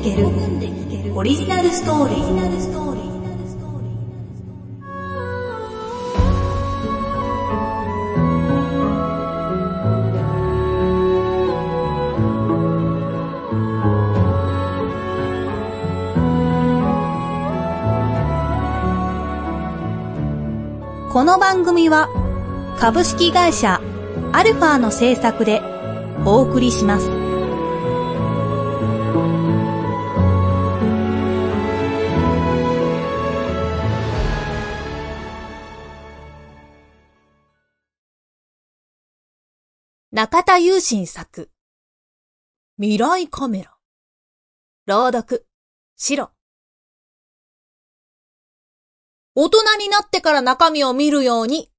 けるオリジナルストーリー。この番組は株式会社アルファの制作でお送りします。中田雄心作未来カメラ。朗読シロ。大人になってから中身を見るように。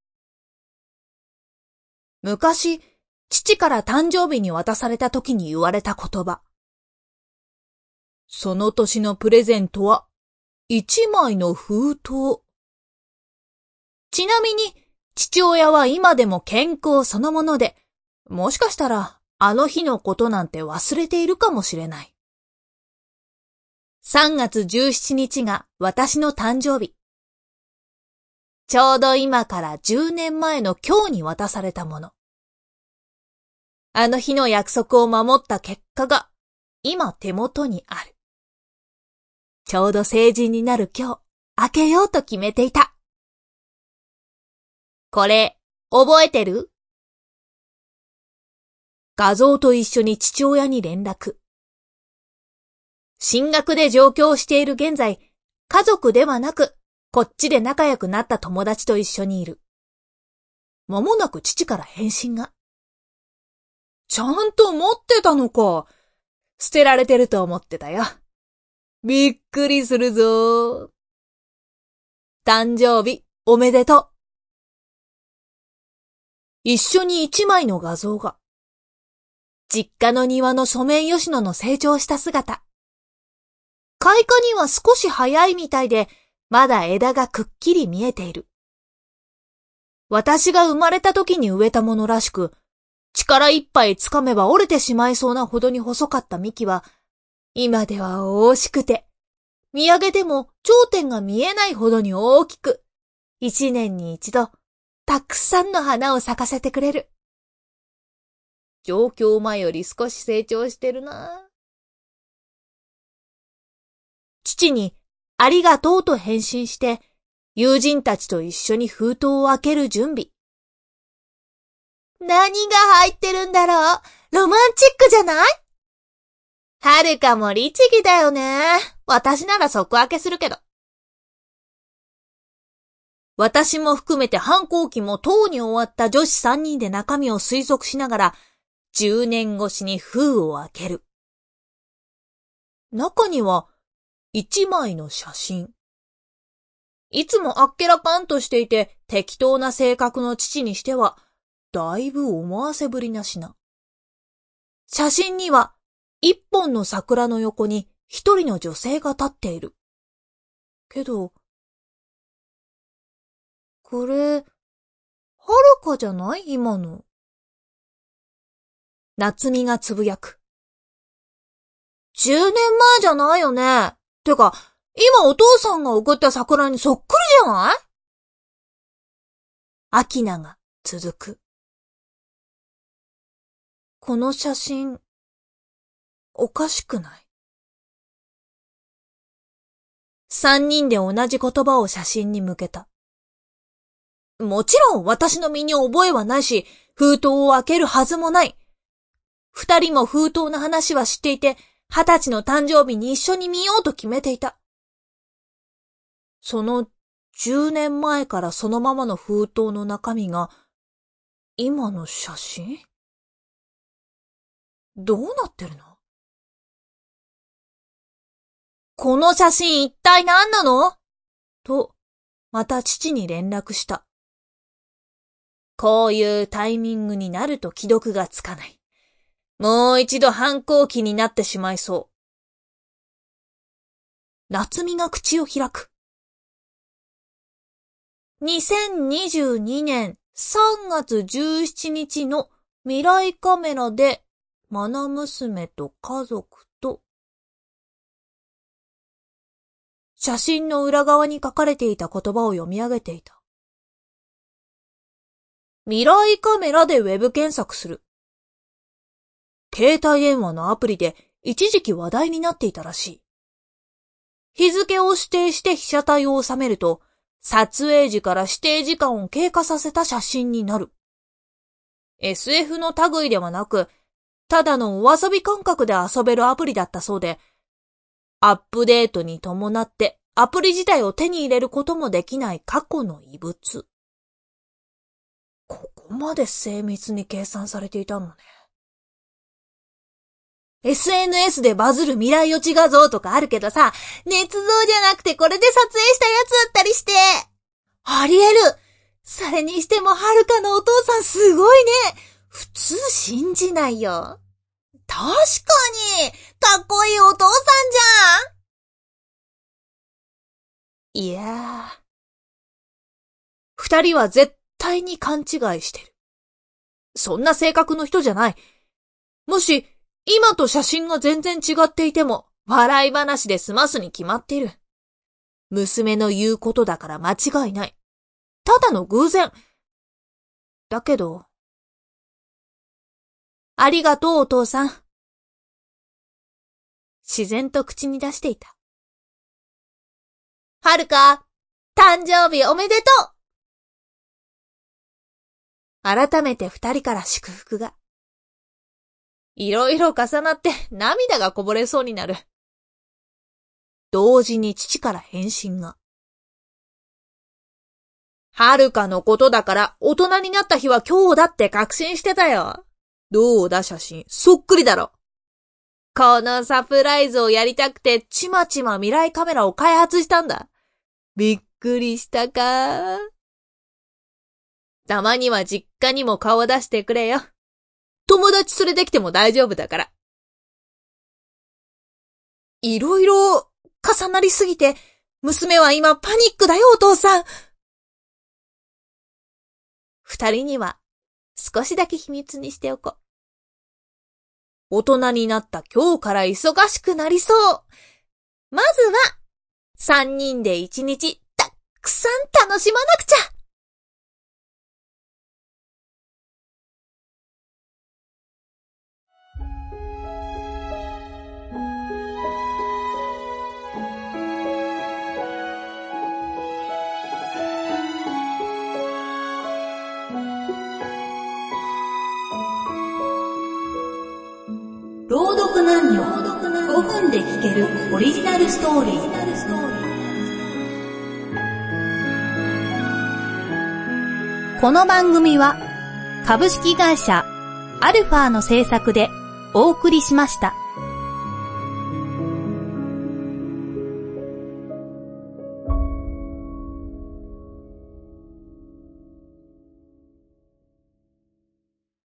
昔、父から誕生日に渡された時に言われた言葉。その年のプレゼントは、一枚の封筒。ちなみに、父親は今でも健康そのもので、もしかしたら、あの日のことなんて忘れているかもしれない。3月17日が私の誕生日。ちょうど今から10年前の今日に渡されたもの。あの日の約束を守った結果が今手元にある。ちょうど成人になる今日、開けようと決めていた。これ、覚えてる？画像と一緒に父親に連絡。進学で上京している現在、家族ではなく、こっちで仲良くなった友達と一緒にいる。間もなく父から返信が。ちゃんと持ってたのか。捨てられてると思ってたよ。びっくりするぞ。誕生日おめでとう。一緒に一枚の画像が。実家の庭のソメイヨシノの成長した姿。開花には少し早いみたいで、まだ枝がくっきり見えている。私が生まれた時に植えたものらしく、力いっぱい掴めば折れてしまいそうなほどに細かった幹は、今では大しくて、見上げても頂点が見えないほどに大きく、一年に一度、たくさんの花を咲かせてくれる。上京前より少し成長してるな。父に、ありがとうと返信して、友人たちと一緒に封筒を開ける準備。何が入ってるんだろう？ロマンチックじゃない？はるかも律儀だよね。私なら即開けするけど。私も含めて反抗期もとうに終わった女子3人で中身を推測しながら、10年越しに封を開ける。中には、一枚の写真。いつもあっけらかんとしていて適当な性格の父にしては、だいぶ思わせぶりな品。写真には、一本の桜の横に一人の女性が立っている。けど、これ、はるかじゃない今の。夏美がつぶやく。10年前じゃないよね。てか、今お父さんが送った桜にそっくりじゃない？アキナが続く。この写真、おかしくない？3人で同じ言葉を写真に向けた。もちろん私の身に覚えはないし、封筒を開けるはずもない。2人も封筒の話は知っていて、20歳の誕生日に一緒に見ようと決めていた。その10年前からそのままの封筒の中身が、今の写真？どうなってるの？この写真一体何なの？と、また父に連絡した。こういうタイミングになると既読がつかない。もう一度反抗期になってしまいそう。夏美が口を開く。2022年3月17日の未来カメラで、愛娘と家族と、 写真の裏側に書かれていた言葉を読み上げていた。未来カメラでウェブ検索する。携帯電話のアプリで一時期話題になっていたらしい。日付を指定して被写体を収めると、撮影時から指定時間を経過させた写真になる。SF の類ではなく、ただのお遊び感覚で遊べるアプリだったそうで、アップデートに伴ってアプリ自体を手に入れることもできない過去の遺物。ここまで精密に計算されていたのね。SNS でバズる未来予知画像とかあるけどさ、捏造じゃなくてこれで撮影したやつだったりして。ありえる。それにしてもはるかのお父さんすごいね。普通信じないよ。確かに、かっこいいお父さんじゃん。いやー。二人は絶対に勘違いしてる。そんな性格の人じゃない。もし、今と写真が全然違っていても、笑い話で済ますに決まっている。娘の言うことだから間違いない。ただの偶然。だけど、ありがとうお父さん。自然と口に出していた。はるか、誕生日おめでとう。改めて二人から祝福が。いろいろ重なって涙がこぼれそうになる。同時に父から返信が。はるかのことだから大人になった日は今日だって確信してたよ。どうだ写真、そっくりだろ。このサプライズをやりたくてちまちま未来カメラを開発したんだ。びっくりしたか。たまには実家にも顔出してくれよ。友達連れてきても大丈夫だから。いろいろ重なりすぎて、娘は今パニックだよお父さん。二人には少しだけ秘密にしておこう。大人になった今日から忙しくなりそう。まずは、三人で一日たくさん楽しまなくちゃ。 朗読男女5分で聞けるオリジナルストーリー。この番組は株式会社アルファの制作でお送りしました。